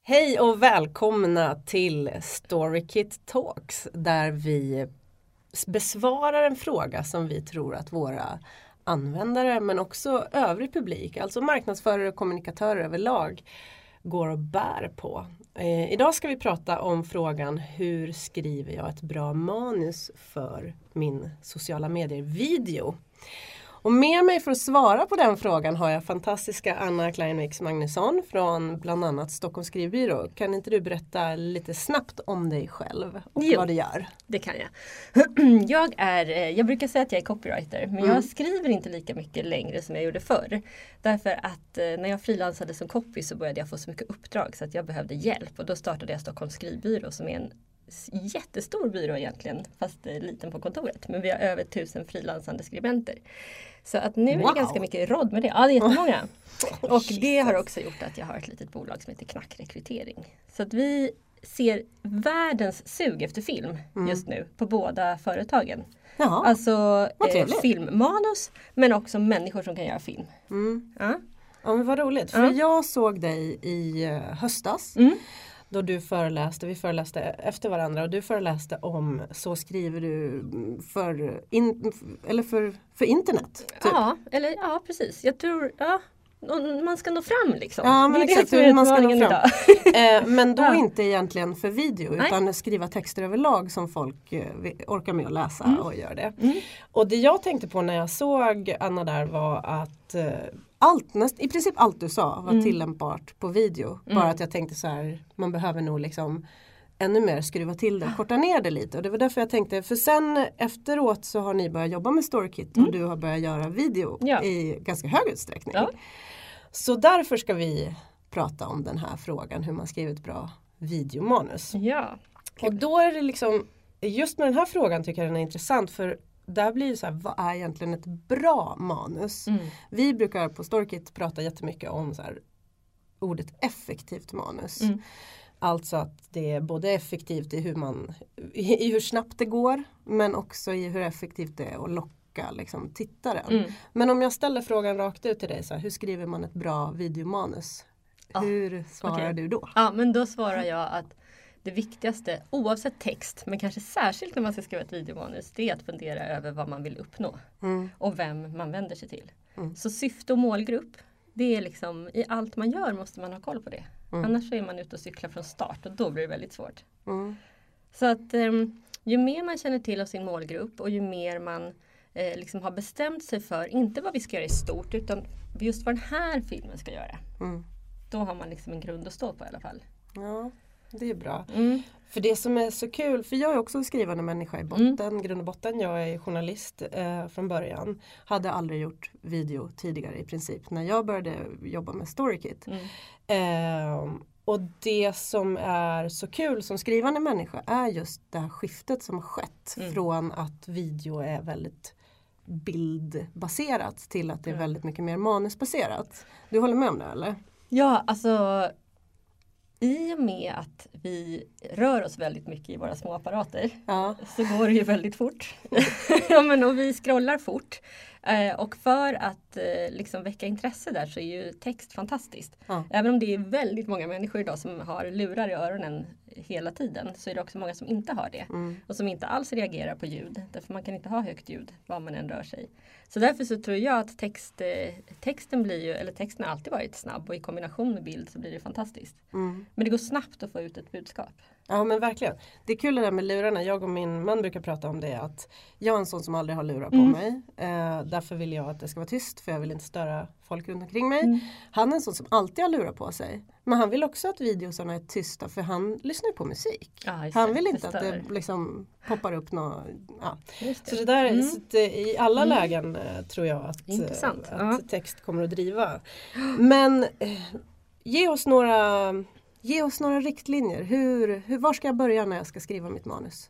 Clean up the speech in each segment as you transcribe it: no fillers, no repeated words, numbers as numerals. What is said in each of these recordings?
Hej och välkomna till Storykit Talks där vi besvarar en fråga som vi tror att våra användare men också övrig publik, alltså marknadsförare och kommunikatörer överlag, går och bär på. Idag ska vi prata om frågan: hur skriver jag ett bra manus för min sociala medier-video? Och med mig för att svara på den frågan har jag fantastiska Anna Kleinviks Magnusson från bland annat Stockholms skrivbyrå. Kan inte du berätta lite snabbt om dig själv och vad du gör? Det kan jag. Jag brukar säga att jag är copywriter, men jag skriver inte lika mycket längre som jag gjorde förr. Därför att när jag frilansade som copy så började jag få så mycket uppdrag så att jag behövde hjälp. Och då startade jag Stockholms skrivbyrå som är en jättestor byrå egentligen, fast liten på kontoret. Men vi har över 1000 frilansande skribenter. Så att nu är det ganska mycket råd med det. Ja, det är jättemånga. Och det har också gjort att jag har ett litet bolag som heter Knackrekrytering. Så att vi ser världens sug efter film just nu på båda företagen. Jaha, alltså filmmanus, men också människor som kan göra film. Ja, men vad roligt. För jag såg dig i höstas. Då du föreläste, vi föreläste efter varandra och du föreläste om Så skriver du för internet. Typ. Ja, precis. Jag tror, man ska nå fram liksom. Ja, men det är exakt hur man ska nå fram. Men då inte egentligen för video utan skriva texter överlag som folk orkar med att läsa och gör det. Och det jag tänkte på när jag såg Anna där var att i princip allt du sa var tillämpbart på video. Bara att jag tänkte så här, man behöver nog liksom ännu mer skruva till det, korta ner det lite. Och det var därför jag tänkte, för sen efteråt så har ni börjat jobba med Storykit och du har börjat göra video i ganska hög utsträckning. Ja. Så därför ska vi prata om den här frågan, hur man skriver ett bra videomanus. Ja. Och då är det liksom, just med den här frågan tycker jag den är intressant, för där blir det så här, vad är egentligen ett bra manus? Vi brukar på Storykit prata jättemycket om så här, ordet effektivt manus. Alltså att det är både effektivt i hur snabbt det går, men också i hur effektivt det är att locka liksom, tittaren. Men om jag ställer frågan rakt ut till dig, så här, hur skriver man ett bra videomanus? Hur svarar du då? Ja, men då svarar jag att det viktigaste, oavsett text, men kanske särskilt när man ska skriva ett videomanus, det är att fundera över vad man vill uppnå och vem man vänder sig till. Så syfte och målgrupp, det är liksom, i allt man gör måste man ha koll på det. Annars så är man ute och cyklar från start och då blir det väldigt svårt. Så att ju mer man känner till av sin målgrupp och ju mer man liksom har bestämt sig för, inte vad vi ska göra i stort utan just vad den här filmen ska göra. Då har man liksom en grund att stå på i alla fall. Ja. Det är bra. För det som är så kul, för jag är också en skrivande människa i botten, grund och botten. Jag är journalist från början. Hade aldrig gjort video tidigare i princip när jag började jobba med Storykit. Och det som är så kul som skrivande människa är just det här skiftet som har skett från att video är väldigt bildbaserat till att det är väldigt mycket mer manusbaserat. Du håller med om det eller? Ja, alltså i och med att vi rör oss väldigt mycket i våra små apparater så går det ju väldigt fort. Och vi scrollar fort. Och för att liksom väcka intresse där så är ju text fantastiskt. Även om det är väldigt många människor idag som har lurar i öronen hela tiden så är det också många som inte har det. Och som inte alls reagerar på ljud. Därför man kan inte ha högt ljud var man än rör sig. Så därför så tror jag att texten har alltid varit snabb och i kombination med bild så blir det fantastiskt. Men det går snabbt att få ut ett budskap. Ja men verkligen. Det är kul det där med lurarna. Jag och min man brukar prata om det att jag är en sån som aldrig har lurar på mig. Därför vill jag att det ska vara tyst för jag vill inte störa folk runt omkring mig. Han är en sån som alltid har lurar på sig. Men han vill också att videosarna är tysta för han lyssnar på musik. Han vill inte att det liksom poppar upp något. Ja. Så det där så i alla lägen tror jag att text kommer att driva. Men ge oss några riktlinjer. Var ska jag börja när jag ska skriva mitt manus?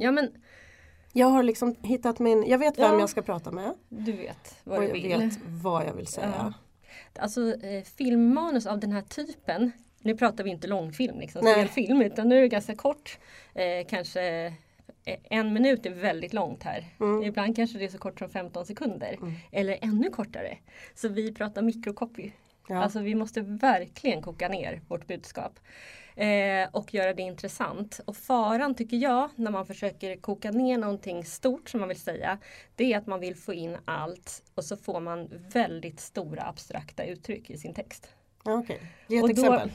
Jag har liksom hittat jag vet vem jag ska prata med. Du vet vad du vill. Jag vet vad jag vill säga. Alltså filmmanus av den här typen, nu pratar vi inte långfilm liksom, spelfilm, utan nu är det ganska kort. Kanske 1 minut är väldigt långt här. Ibland kanske det är så kort som 15 sekunder. Eller ännu kortare. Så vi pratar mikrocopy. Ja. Alltså vi måste verkligen koka ner vårt budskap. Och göra det intressant. Och faran tycker jag när man försöker koka ner någonting stort som man vill säga. Det är att man vill få in allt och så får man väldigt stora abstrakta uttryck i sin text. Okej, ge ett exempel.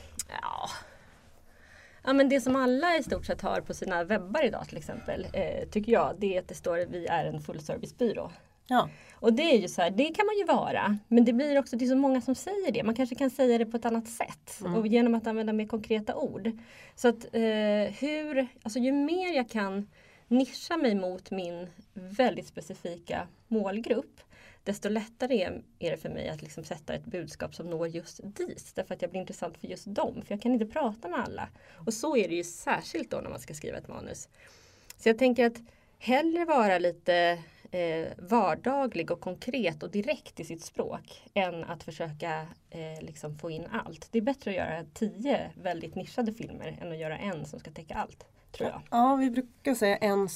Ja, men det som alla i stort sett har på sina webbar idag till exempel, tycker jag, det är att det står vi är en fullservicebyrå. Ja. Och det är ju så här, det kan man ju vara. Men det blir också, det är så många som säger det. Man kanske kan säga det på ett annat sätt. Och genom att använda mer konkreta ord. Så att alltså ju mer jag kan nischa mig mot min väldigt specifika målgrupp. Desto lättare är det för mig att liksom sätta ett budskap som når just dit. Därför att jag blir intressant för just dem. För jag kan inte prata med alla. Och så är det ju särskilt då när man ska skriva ett manus. Så jag tänker att hellre vara lite vardaglig och konkret och direkt i sitt språk än att försöka liksom få in allt. Det är bättre att göra 10 väldigt nischade filmer än att göra en som ska täcka allt, tror jag. Ja, vi brukar säga en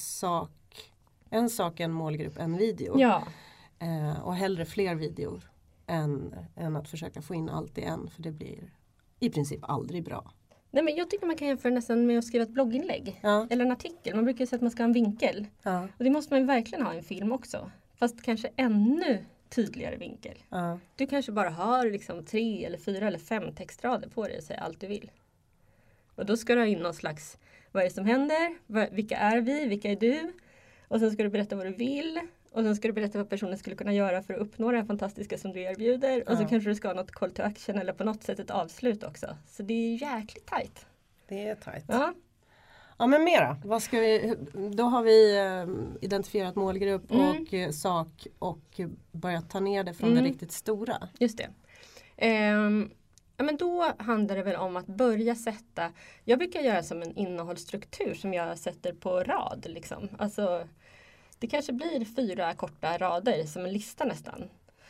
sak, en målgrupp, en video. Ja. Och hellre fler videor än att försöka få in allt i en, för det blir i princip aldrig bra. Nej, men jag tycker man kan jämföra nästan med att skriva ett blogginlägg. Ja. Eller en artikel. Man brukar säga att man ska ha en vinkel. Ja. Och det måste man verkligen ha i en film också. Fast kanske ännu tydligare vinkel. Ja. Du kanske bara har liksom 3 eller 4 eller 5 textrader på dig och säger allt du vill. Och då ska du ha in någon slags, vad är det som händer? Vilka är vi? Vilka är du? Och sen ska du berätta vad du vill. Och sen ska du berätta vad personen skulle kunna göra för att uppnå det här fantastiska som du erbjuder. Och så kanske du ska ha något call to action eller på något sätt ett avslut också. Så det är jäkligt tajt. Det är tajt. Ja, men mera. Då har vi identifierat målgrupp och sak och börjat ta ner det från det riktigt stora. Just det. Men då handlar det väl om att börja sätta. Jag brukar göra som en innehållsstruktur som jag sätter på rad. Liksom. Alltså, det kanske blir 4 korta rader som en lista nästan.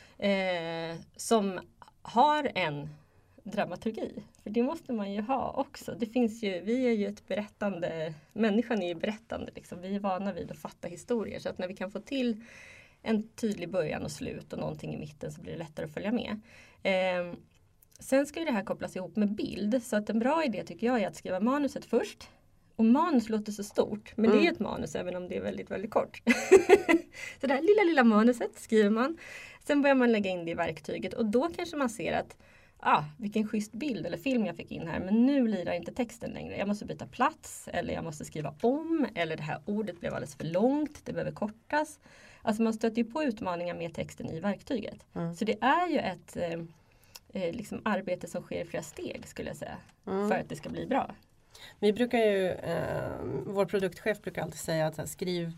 Som har en dramaturgi. För det måste man ju ha också. Det finns ju, vi är ju ett berättande, människan är ju berättande. Liksom. Vi är vana vid att fatta historier. Så att när vi kan få till en tydlig början och slut och någonting i mitten så blir det lättare att följa med. Sen ska ju det här kopplas ihop med bild. Så att en bra idé tycker jag är att skriva manuset först. Och manus låter så stort. Men det är ett manus även om det är väldigt, väldigt kort. Så det här lilla manuset skriver man. Sen börjar man lägga in det i verktyget. Och då kanske man ser att vilken schysst bild eller film jag fick in här. Men nu lirar inte texten längre. Jag måste byta plats. Eller jag måste skriva om. Eller det här ordet blev alldeles för långt. Det behöver kortas. Alltså man stöter ju på utmaningar med texten i verktyget. Så det är ju ett liksom arbete som sker i flera steg skulle jag säga. För att det ska bli bra. Vi brukar ju, vår produktchef brukar alltid säga att skriv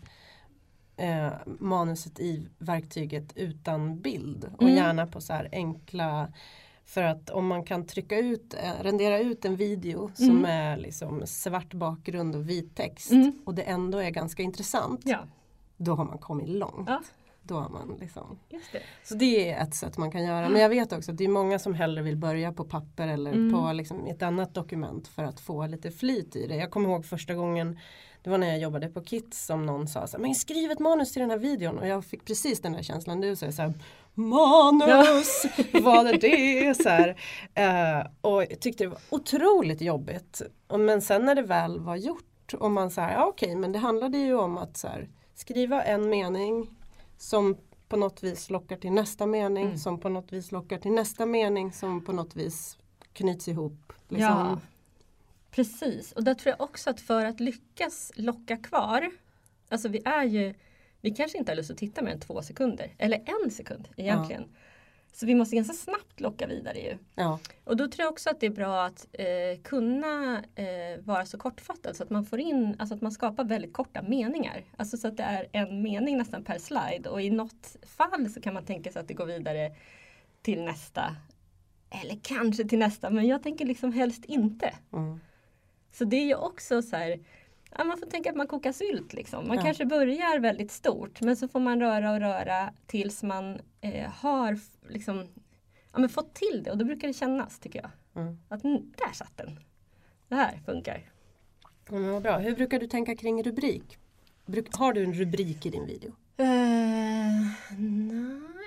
manuset i verktyget utan bild. Och gärna på så här enkla, för att om man kan rendera ut en video som är liksom svart bakgrund och vit text och det ändå är ganska intressant. Då har man kommit långt. Ja. Då har man liksom. Just det. Så det är ett sätt man kan göra. Men jag vet också att det är många som hellre vill börja på papper eller på liksom ett annat dokument för att få lite flyt i det. Jag kommer ihåg första gången, det var när jag jobbade på Kids, som någon sa så här, men skriv ett manus till den här videon. Och jag fick precis den där känslan du säger så här, manus, vad är det? Så här. Och jag tyckte det var otroligt jobbigt. Men sen när det väl var gjort och man så här, okej, men det handlade ju om att så här, skriva en mening som på något vis lockar till nästa mening, som på något vis lockar till nästa mening, som på något vis knyts ihop. Liksom. Ja, precis. Och där tror jag också att för att lyckas locka kvar, alltså vi kanske inte har lust att titta mer än 2 sekunder, eller 1 sekund egentligen. Ja. Så vi måste ganska snabbt locka vidare ju. Ja. Och då tror jag också att det är bra att kunna vara så kortfattad så att man får in, alltså att man skapar väldigt korta meningar. Alltså så att det är en mening nästan per slide. Och i något fall så kan man tänka sig att det går vidare till nästa. Eller kanske till nästa, men jag tänker liksom helst inte. Så det är ju också så här, man får tänka att man kokar sylt liksom. Man kanske börjar väldigt stort, men så får man röra tills man har liksom, fått till det. Och då brukar det kännas, tycker jag. Att där satt den. Det här funkar. Bra. Hur brukar du tänka kring rubrik? Har du en rubrik i din video? Nej, jag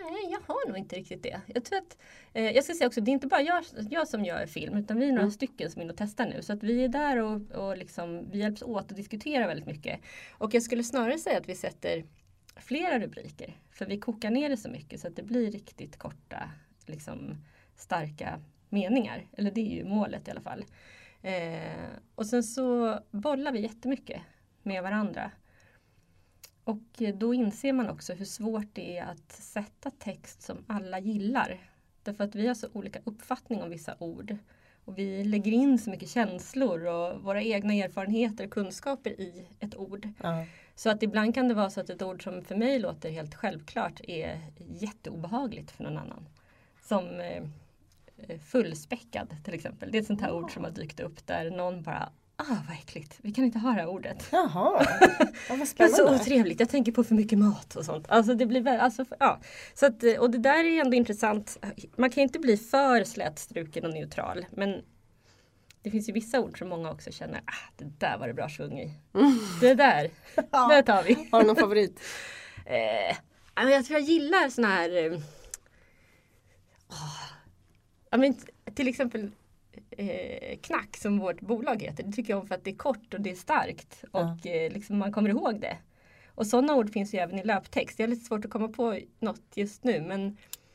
har nog inte riktigt det. Jag tror att, jag ska säga också, det är inte bara jag som gör film, utan vi är några stycken som är inne och testar nu. Så att vi är där och liksom, vi hjälps åt att diskutera väldigt mycket. Och jag skulle snarare säga att vi sätter flera rubriker. För vi kokar ner det så mycket så att det blir riktigt korta, liksom starka meningar. Eller det är ju målet i alla fall. Och sen så bollar vi jättemycket med varandra. Och då inser man också hur svårt det är att sätta text som alla gillar. Därför att vi har så olika uppfattning om vissa ord. Och vi lägger in så mycket känslor och våra egna erfarenheter och kunskaper i ett ord. Ja. Så att ibland kan det vara så att ett ord som för mig låter helt självklart är jätteobehagligt för någon annan. Som fullspäckad till exempel. Det är ett sånt här ord som har dykt upp där någon bara, vad äckligt, vi kan inte ha det här ordet. Jaha, vad spännande. Det är så otrevligt, jag tänker på för mycket mat och sånt. Alltså det blir ja. Så att, och det där är ändå intressant. Man kan inte bli för slätstruken och neutral. Men det finns ju vissa ord som många också känner, det där var det bra sjung i. Det där, det tar vi. Har du någon favorit? Jag tror jag gillar såna här till exempel Knack som vårt bolag heter. Det tycker jag om för att det är kort och det är starkt. Och liksom man kommer ihåg det. Och sådana ord finns ju även i löptext. Det är lite svårt att komma på något just nu. Men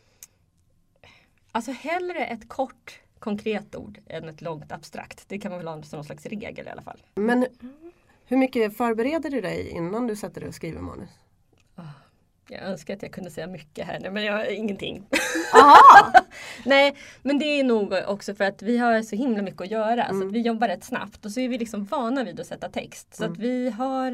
alltså hellre ett kort konkret ord än ett långt abstrakt. Det kan man väl ha som någon slags regel i alla fall. Men hur mycket förbereder du dig innan du sätter dig och skriver manus? Jag önskar att jag kunde säga mycket här nu, men jag har ingenting. Aha! Nej, men det är nog också för att vi har så himla mycket att göra. Så att vi jobbar rätt snabbt och så är vi liksom vana vid att sätta text. Så att vi har,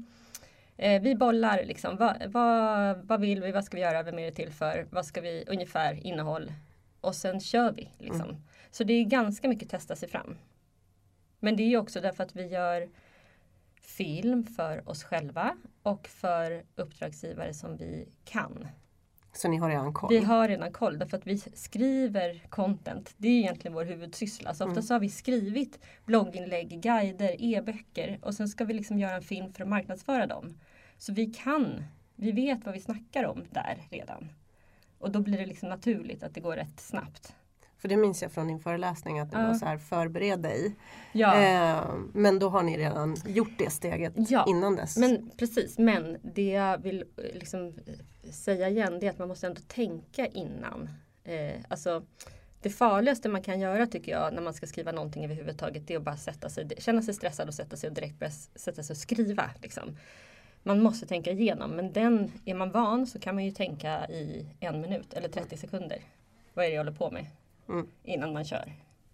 vi bollar liksom, vad vill vi, vad ska vi göra, vem är det till för, vad ska vi, ungefär innehåll. Och sen kör vi liksom. Så det är ganska mycket testa sig fram. Men det är ju också därför att vi gör film för oss själva och för uppdragsgivare som vi kan. Så ni har redan koll? Vi har redan koll därför att vi skriver content. Det är egentligen vår huvudsyssla. Så ofta så har vi skrivit blogginlägg, guider, e-böcker och sen ska vi liksom göra en film för att marknadsföra dem. Så vi vet vad vi snackar om där redan. Och då blir det liksom naturligt att det går rätt snabbt. För det minns jag från din föreläsning att det var så här, förbered dig. Ja. Men då har ni redan gjort det steget innan dess. Men precis, men det jag vill liksom säga igen det är att man måste ändå tänka innan. Alltså det farligaste man kan göra tycker jag när man ska skriva någonting överhuvudtaget det är att bara känna sig stressad och sätta sig och direkt börja sätta sig och skriva liksom. Man måste tänka igenom, men är man van så kan man ju tänka i 1 minut eller 30 sekunder. Vad är det jag håller på med? Innan man kör.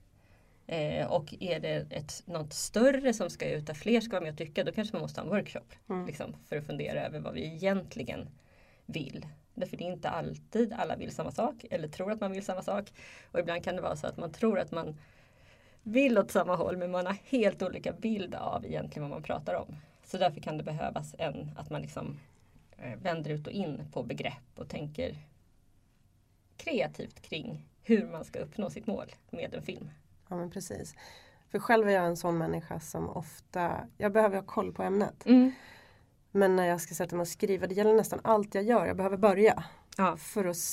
Och är det något större som ska ut där fler ska vara med och tycka, då kanske man måste ha en workshop liksom, för att fundera över vad vi egentligen vill. Därför det är inte alltid alla vill samma sak eller tror att man vill samma sak. Och ibland kan det vara så att man tror att man vill åt samma håll men man har helt olika bild av egentligen vad man pratar om. Så därför kan det behövas att man liksom vänder ut och in på begrepp och tänker kreativt kring hur man ska uppnå sitt mål med en film. Ja men precis. För själv är jag en sån människa som ofta, jag behöver ha koll på ämnet. Men när jag ska sätta mig och skriva, det gäller nästan allt jag gör. Jag behöver börja för att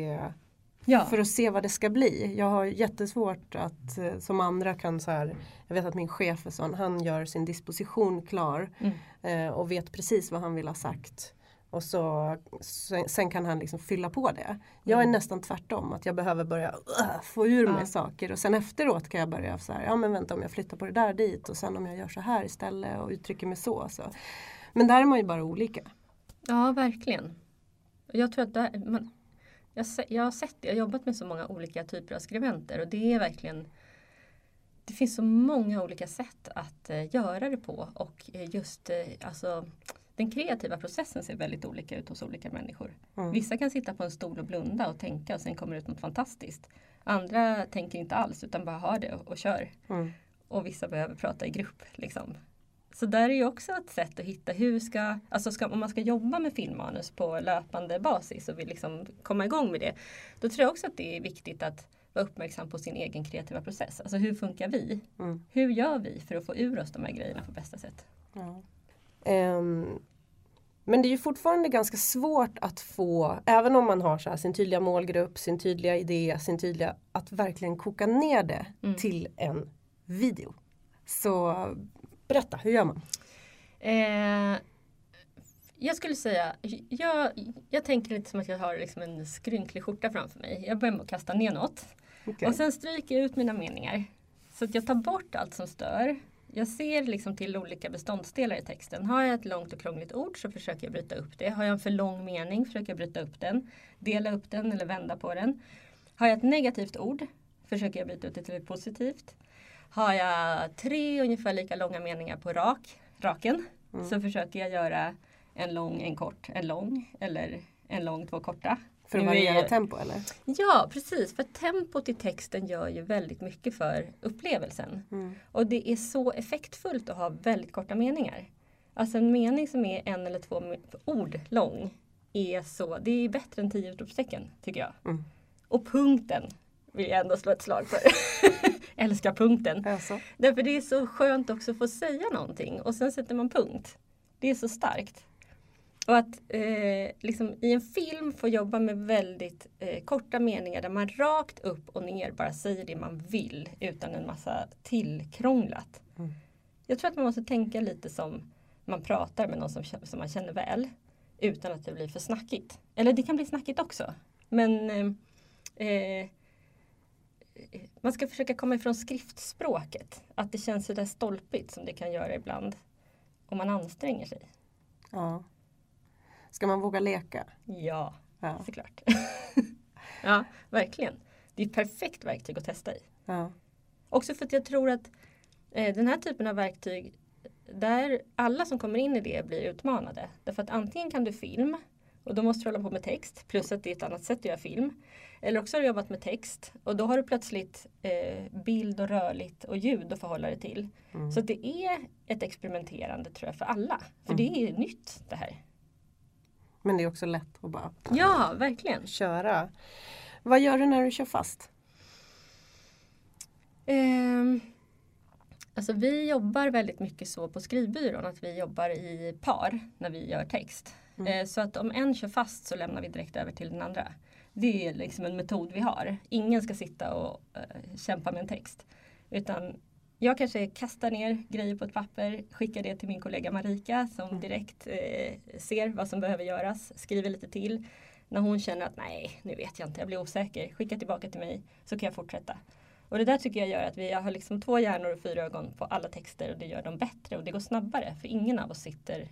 se vad det ska bli. Jag har jättesvårt att som andra kan så här, jag vet att min chef är sån, han gör sin disposition klar och vet precis vad han vill ha sagt. Och sen kan han liksom fylla på det. Jag är nästan tvärtom. Att jag behöver börja få ur mig saker. Och sen efteråt kan jag börja så här. Ja men vänta om jag flyttar på det där dit. Och sen om jag gör så här istället. Och uttrycker mig så. Men där är man ju bara olika. Ja verkligen. Jag tror att jag har sett det. Jag har jobbat med så många olika typer av skribenter. Och det är verkligen. Det finns så många olika sätt att göra det på. Och just alltså. Den kreativa processen ser väldigt olika ut hos olika människor. Vissa kan sitta på en stol och blunda och tänka och sen kommer det ut något fantastiskt. Andra tänker inte alls utan bara har det och kör. Och vissa behöver prata i grupp. Liksom. Så där är ju också ett sätt att hitta om man ska jobba med filmmanus på löpande basis och vill liksom komma igång med det. Då tror jag också att det är viktigt att vara uppmärksam på sin egen kreativa process. Alltså hur funkar vi? Hur gör vi för att få ur oss de här grejerna på bästa sätt? Ja. Men det är ju fortfarande ganska svårt att få, även om man har så här sin tydliga målgrupp, sin tydliga idé, att verkligen koka ner det till en video. Så berätta, hur gör man? Jag skulle säga, jag tänker lite som att jag har liksom en skrynklig skjorta framför mig. Jag börjar med att kasta ner något. Okay. Och sen stryker jag ut mina meningar. Så att jag tar bort allt som stör. Jag ser liksom till olika beståndsdelar i texten. Har jag ett långt och krångligt ord så försöker jag bryta upp det. Har jag en för lång mening försöker jag bryta upp den. Dela upp den eller vända på den. Har jag ett negativt ord försöker jag byta ut det till ett positivt. Har jag 3 ungefär lika långa meningar på raken så försöker jag göra en lång, en kort, en lång eller en lång, 2 korta. För att variera tempo eller? Ja, precis. För tempot i texten gör ju väldigt mycket för upplevelsen. Och det är så effektfullt att ha väldigt korta meningar. Alltså en mening som är 1 eller 2 ord lång det är bättre än 10 utropstecken tycker jag. Och punkten vill jag ändå slå ett slag för. Älskar punkten. Alltså. Därför det är så skönt också att få säga någonting och sen sätter man punkt. Det är så starkt. Och att liksom i en film få jobba med väldigt korta meningar där man rakt upp och ner bara säger det man vill utan en massa tillkrånglat. Jag tror att man måste tänka lite som man pratar med någon som man känner väl utan att det blir för snackigt. Eller det kan bli snackigt också. Men man ska försöka komma ifrån skriftspråket. Att det känns så där stolpigt som det kan göra ibland om man anstränger sig. Ja. Ska man våga leka? Ja. Såklart. Ja, verkligen. Det är ett perfekt verktyg att testa i. Ja. Också för att jag tror att den här typen av verktyg, där alla som kommer in i det blir utmanade. Därför att antingen kan du film, och då måste du hålla på med text, plus att det är ett annat sätt att göra film. Eller också har du jobbat med text, och då har du plötsligt bild och rörligt och ljud att förhålla dig till. Så att det är ett experimenterande tror jag för alla. För det är nytt det här. Men det är också lätt att bara verkligen köra. Vad gör du när du kör fast? Alltså vi jobbar väldigt mycket så på skrivbyrån att vi jobbar i par när vi gör text. Så att om en kör fast så lämnar vi direkt över till den andra. Det är liksom en metod vi har. Ingen ska sitta och kämpa med en text. Utan jag kanske kastar ner grejer på ett papper, skickar det till min kollega Marika som direkt ser vad som behöver göras, skriver lite till. När hon känner att nej, nu vet jag inte, jag blir osäker, skicka tillbaka till mig så kan jag fortsätta. Och det där tycker jag gör att vi har liksom 2 hjärnor och 4 ögon på alla texter och det gör dem bättre och det går snabbare för ingen av oss sitter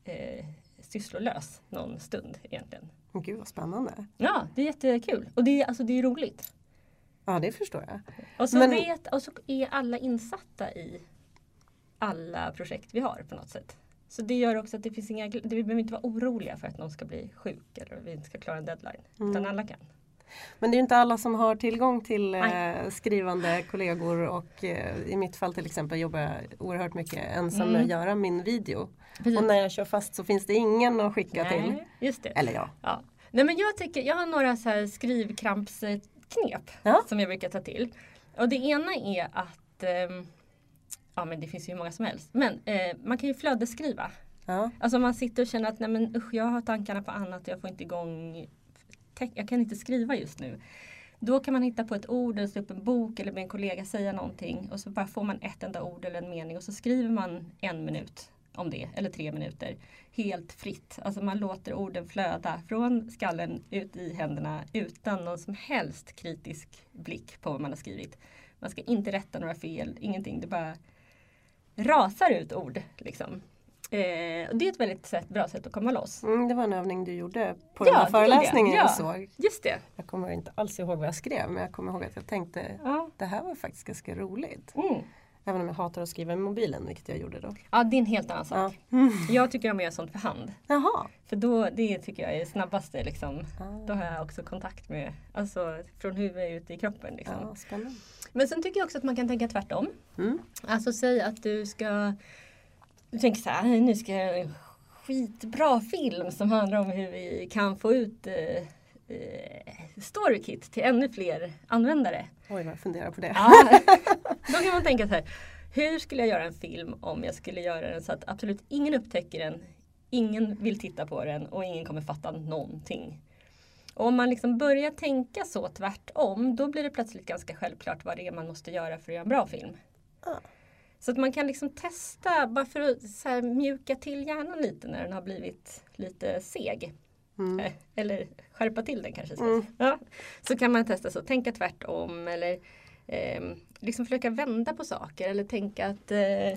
sysslolös någon stund egentligen. Gud vad spännande. Ja, det är jättekul och det är roligt. Ja, det förstår jag. Och så är alla insatta i alla projekt vi har på något sätt. Så det gör också att det finns vi behöver inte vara oroliga för att någon ska bli sjuk eller vi inte ska klara en deadline. Utan alla kan. Men det är inte alla som har tillgång till skrivande kollegor och i mitt fall till exempel jobbar jag oerhört mycket ensam med att göra min video. Precis. Och när jag kör fast så finns det ingen att skicka till. Just det. Eller ja. Nej, men jag har några så här skrivkrampsknep som jag brukar ta till. Och det ena är att, men det finns ju hur många som helst. Men man kan ju flödesskriva. Ja. Alltså man sitter och känner att nej men usch, jag har tankarna på annat och jag får inte igång, jag kan inte skriva just nu. Då kan man hitta på ett ord eller slå upp en bok eller med en kollega säga någonting. Och så bara får man ett enda ord eller en mening och så skriver man 1 minut om det, eller 3 minuter. Helt fritt. Alltså man låter orden flöda från skallen ut i händerna utan någon som helst kritisk blick på vad man har skrivit. Man ska inte rätta några fel, ingenting. Det bara rasar ut ord liksom. Och det är ett väldigt bra sätt att komma loss. Det var en övning du gjorde på den här föreläsningen jag såg. Just det. Jag kommer inte alls ihåg vad jag skrev, men jag kommer ihåg att jag tänkte det här var faktiskt ganska roligt. Även om jag hatar att skriva i mobilen, vilket jag gjorde då. Ja, det är en helt annan sak. Jag tycker om att göra sånt för hand. Jaha. För det tycker jag är snabbaste liksom. Då har jag också kontakt med, alltså från huvudet ut i kroppen liksom. Ja, spännande. Men sen tycker jag också att man kan tänka tvärtom. Alltså säg att du tänker så här, nu ska jag göra en skitbra film som handlar om hur vi kan få ut StoryKit till ännu fler användare. Oj, jag funderar på det. Ja, då kan man tänka så här, hur skulle jag göra en film om jag skulle göra den så att absolut ingen upptäcker den, ingen vill titta på den och ingen kommer fatta någonting. Och om man liksom börjar tänka så tvärtom, då blir det plötsligt ganska självklart vad det är man måste göra för att göra en bra film. Så att man kan liksom testa, bara för att så här, mjuka till hjärnan lite när den har blivit lite seg. Eller skärpa till den kanske. Ja. Så kan man testa så, tänka tvärtom eller liksom försöka vända på saker. Eller tänka att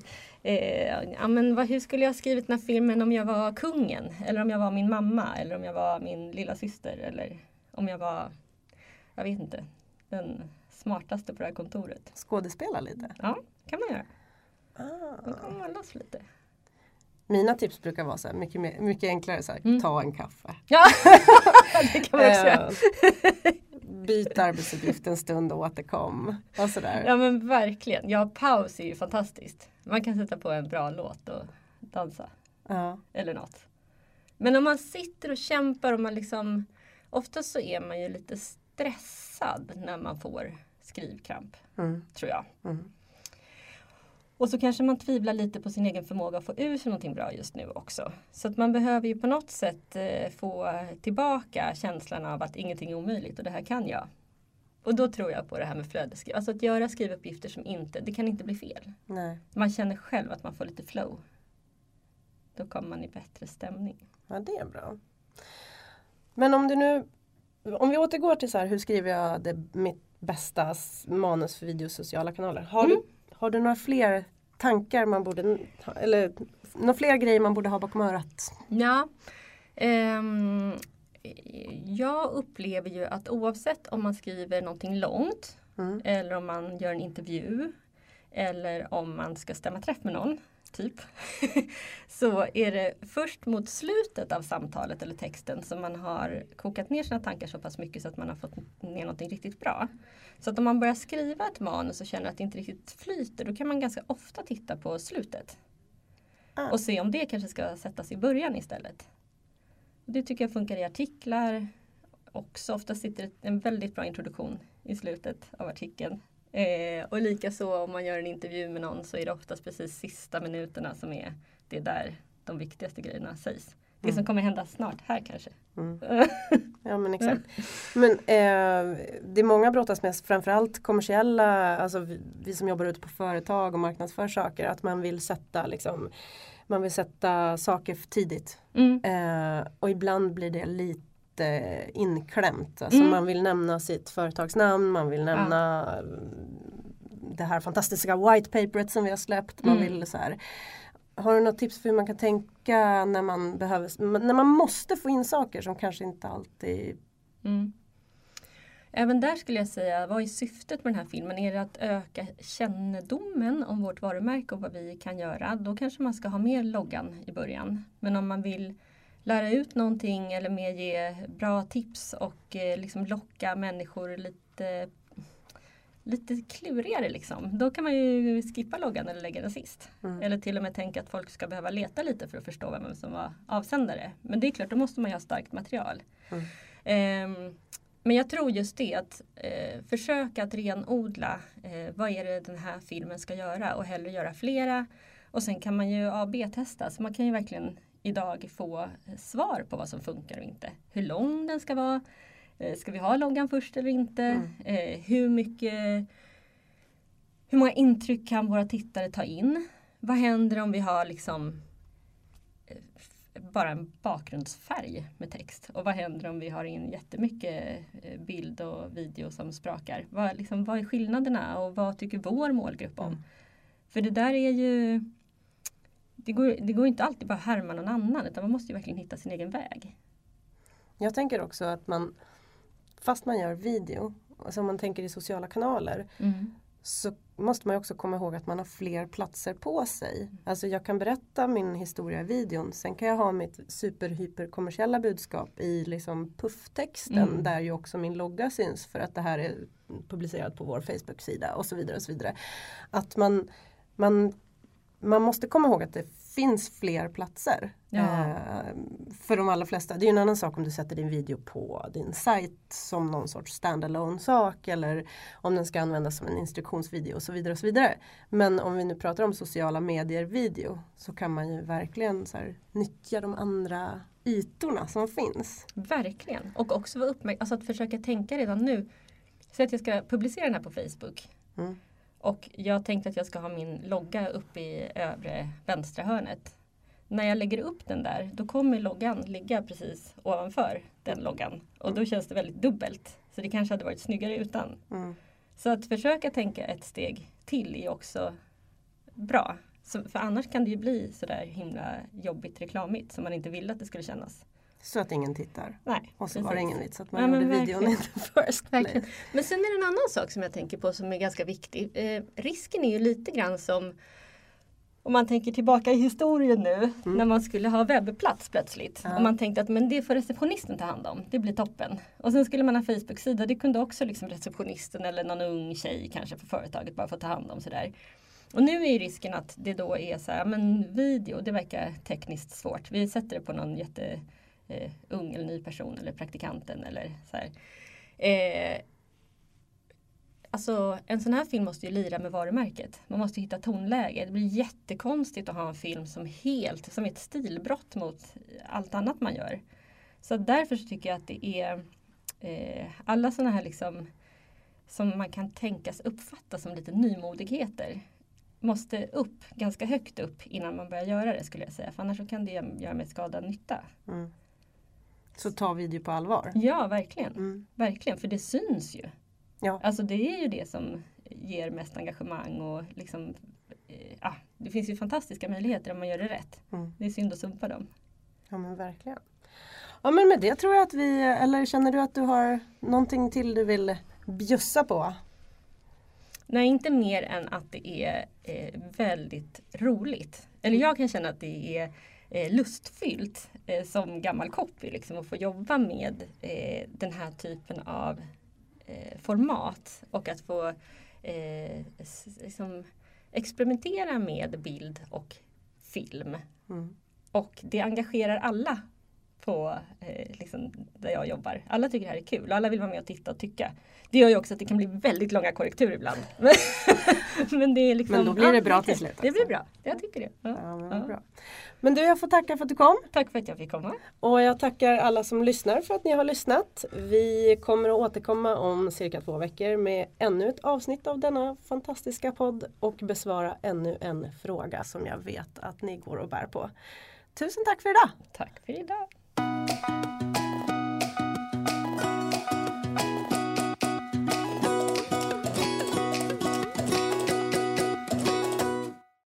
hur skulle jag ha skrivit den här filmen om jag var kungen? Eller om jag var min mamma? Eller om jag var min lilla syster? Eller om jag var, jag vet inte, den smartaste på det här kontoret. Skådespela lite? Ja, kan man göra. Då kommer man loss lite. Mina tips brukar vara så här, mycket enklare så här, ta en kaffe. Ja, det kan man också göra. Byt arbetsuppgift en stund och återkom. Och så där. Ja men verkligen. Ja, paus är ju fantastiskt. Man kan sätta på en bra låt och dansa. Eller något. Men om man sitter och kämpar och man liksom, ofta så är man ju lite stressad när man får skrivkramp. Tror jag. Och så kanske man tvivlar lite på sin egen förmåga att få ur sig någonting bra just nu också. Så att man behöver ju på något sätt få tillbaka känslan av att ingenting är omöjligt och det här kan jag. Och då tror jag på det här med flödesskriv. Alltså att göra skrivuppgifter som det kan inte bli fel. Nej. Man känner själv att man får lite flow. Då kommer man i bättre stämning. Ja, det är bra. Men om vi återgår till så här, hur skriver jag mitt bästa manus för videosociala kanaler. Har du några fler tankar man borde, eller några fler grejer man borde ha bakom örat? Ja, jag upplever ju att oavsett om man skriver någonting långt eller om man gör en intervju eller om man ska stämma träff med någon, typ, så är det först mot slutet av samtalet eller texten som man har kokat ner sina tankar så pass mycket så att man har fått ner någonting riktigt bra. Så att om man börjar skriva ett manus och känner att det inte riktigt flyter, då kan man ganska ofta titta på slutet. Och se om det kanske ska sättas i början istället. Det tycker jag funkar i artiklar också. Ofta sitter en väldigt bra introduktion i slutet av artikeln. Och likaså om man gör en intervju med någon så är det oftast precis sista minuterna som det är där de viktigaste grejerna sägs. Det som kommer hända snart här kanske. Ja men exakt. Men det många brottas med, framförallt kommersiella, alltså vi som jobbar ute på företag och marknadsför saker, att man vill sätta saker tidigt. Och ibland blir det lite inklämt. Alltså man vill nämna sitt företagsnamn, man vill nämna det här fantastiska white paperet som vi har släppt. Man vill så här. Har du något tips för hur man kan tänka när man måste få in saker som kanske inte alltid... Även där skulle jag säga, vad är syftet med den här filmen? Är det att öka kännedomen om vårt varumärke och vad vi kan göra? Då kanske man ska ha med loggan i början. Men om man vill lära ut någonting eller mer ge bra tips och liksom locka människor lite klurigare liksom. Då kan man ju skippa loggan eller lägga den sist. Eller till och med tänka att folk ska behöva leta lite för att förstå vem som var avsändare. Men det är klart, då måste man ju ha starkt material. Men jag tror just det att försöka att renodla vad är det den här filmen ska göra och hellre göra flera. Och sen kan man ju A/B-testa. Så man kan ju verkligen idag få svar på vad som funkar och inte. Hur lång den ska vara. Ska vi ha loggan först eller inte? Hur många intryck kan våra tittare ta in? Vad händer om vi har liksom bara en bakgrundsfärg med text? Och vad händer om vi har in jättemycket bild och video som sprakar? Vad är skillnaderna och vad tycker vår målgrupp om? För det där är ju... Det går inte alltid bara att härma någon annan, utan man måste ju verkligen hitta sin egen väg. Jag tänker också att fast man gör video, alltså om man tänker i sociala kanaler, så måste man ju också komma ihåg att man har fler platser på sig. Alltså jag kan berätta min historia i videon, sen kan jag ha mitt superhyperkommersiella budskap i liksom pufftexten, där ju också min logga syns för att det här är publicerat på vår Facebook-sida och så vidare och så vidare. Att man måste komma ihåg att det finns fler platser. För de allra flesta. Det är ju en annan sak om du sätter din video på din sajt som någon sorts standalone sak. Eller om den ska användas som en instruktionsvideo och så vidare och så vidare. Men om vi nu pratar om sociala medier video så kan man ju verkligen så här, nyttja de andra ytorna som finns. Verkligen. Och också vara uppmärksam. Alltså att försöka tänka redan nu. Så att jag ska publicera den här på Facebook. Mm. Och jag tänkte att jag ska ha min logga uppe i övre vänstra hörnet. När jag lägger upp den där, då kommer loggan ligga precis ovanför den loggan. Och då känns det väldigt dubbelt. Så det kanske hade varit snyggare utan. Mm. Så att försöka tänka ett steg till är också bra. För annars kan det ju bli sådär himla jobbigt reklamigt som man inte ville att det skulle kännas. Så att ingen tittar. Nej, och så var det ingen vits att man gjorde videon inte först. Men sen är det en annan sak som jag tänker på som är ganska viktig. Risken är ju lite grann som om man tänker tillbaka i historien nu. När man skulle ha webbplats plötsligt. Ja. Och man tänkte att men det får receptionisten ta hand om. Det blir toppen. Och sen skulle man ha Facebook-sida. Det kunde också liksom receptionisten eller någon ung tjej kanske för företaget bara få ta hand om sådär. Och nu är ju risken att det då är så här, men video det verkar tekniskt svårt. Vi sätter det på någon ung eller ny person eller praktikanten eller så här. Alltså en sån här film måste ju lira med varumärket. Man måste hitta tonläge. Det blir jättekonstigt att ha en film som är ett stilbrott mot allt annat man gör. Så därför så tycker jag att det är alla såna här liksom som man kan tänkas uppfatta som lite nymodigheter måste upp ganska högt upp innan man börjar göra det skulle jag säga. För annars så kan det göra med skada nytta. Mm. Så ta video på allvar? Ja, verkligen. Verkligen, för det syns ju. Ja. Alltså det är ju det som ger mest engagemang och liksom, det finns ju fantastiska möjligheter om man gör det rätt. Det är synd att sumpa dem. Ja men verkligen. Ja men med det tror jag att eller känner du att du har någonting till du vill bjussa på? Nej, inte mer än att det är väldigt roligt. Eller jag kan känna att det är lustfyllt som gammal copy liksom, att få jobba med den här typen av format och att få liksom, experimentera med bild och film. Och det engagerar alla på liksom, där jag jobbar. Alla tycker det här är kul och alla vill vara med och titta och tycka. Det gör ju också att det kan bli väldigt långa korrekturer ibland. Men, det är liksom, men då blir det bra till slut. Det blir bra, jag tycker det. Bra. Men du, jag får tacka för att du kom. Tack för att jag fick komma. Och jag tackar alla som lyssnar för att ni har lyssnat. Vi kommer att återkomma om cirka 2 veckor med ännu ett avsnitt av denna fantastiska podd och besvara ännu en fråga som jag vet att ni går och bär på. Tusen tack för idag! Tack för idag!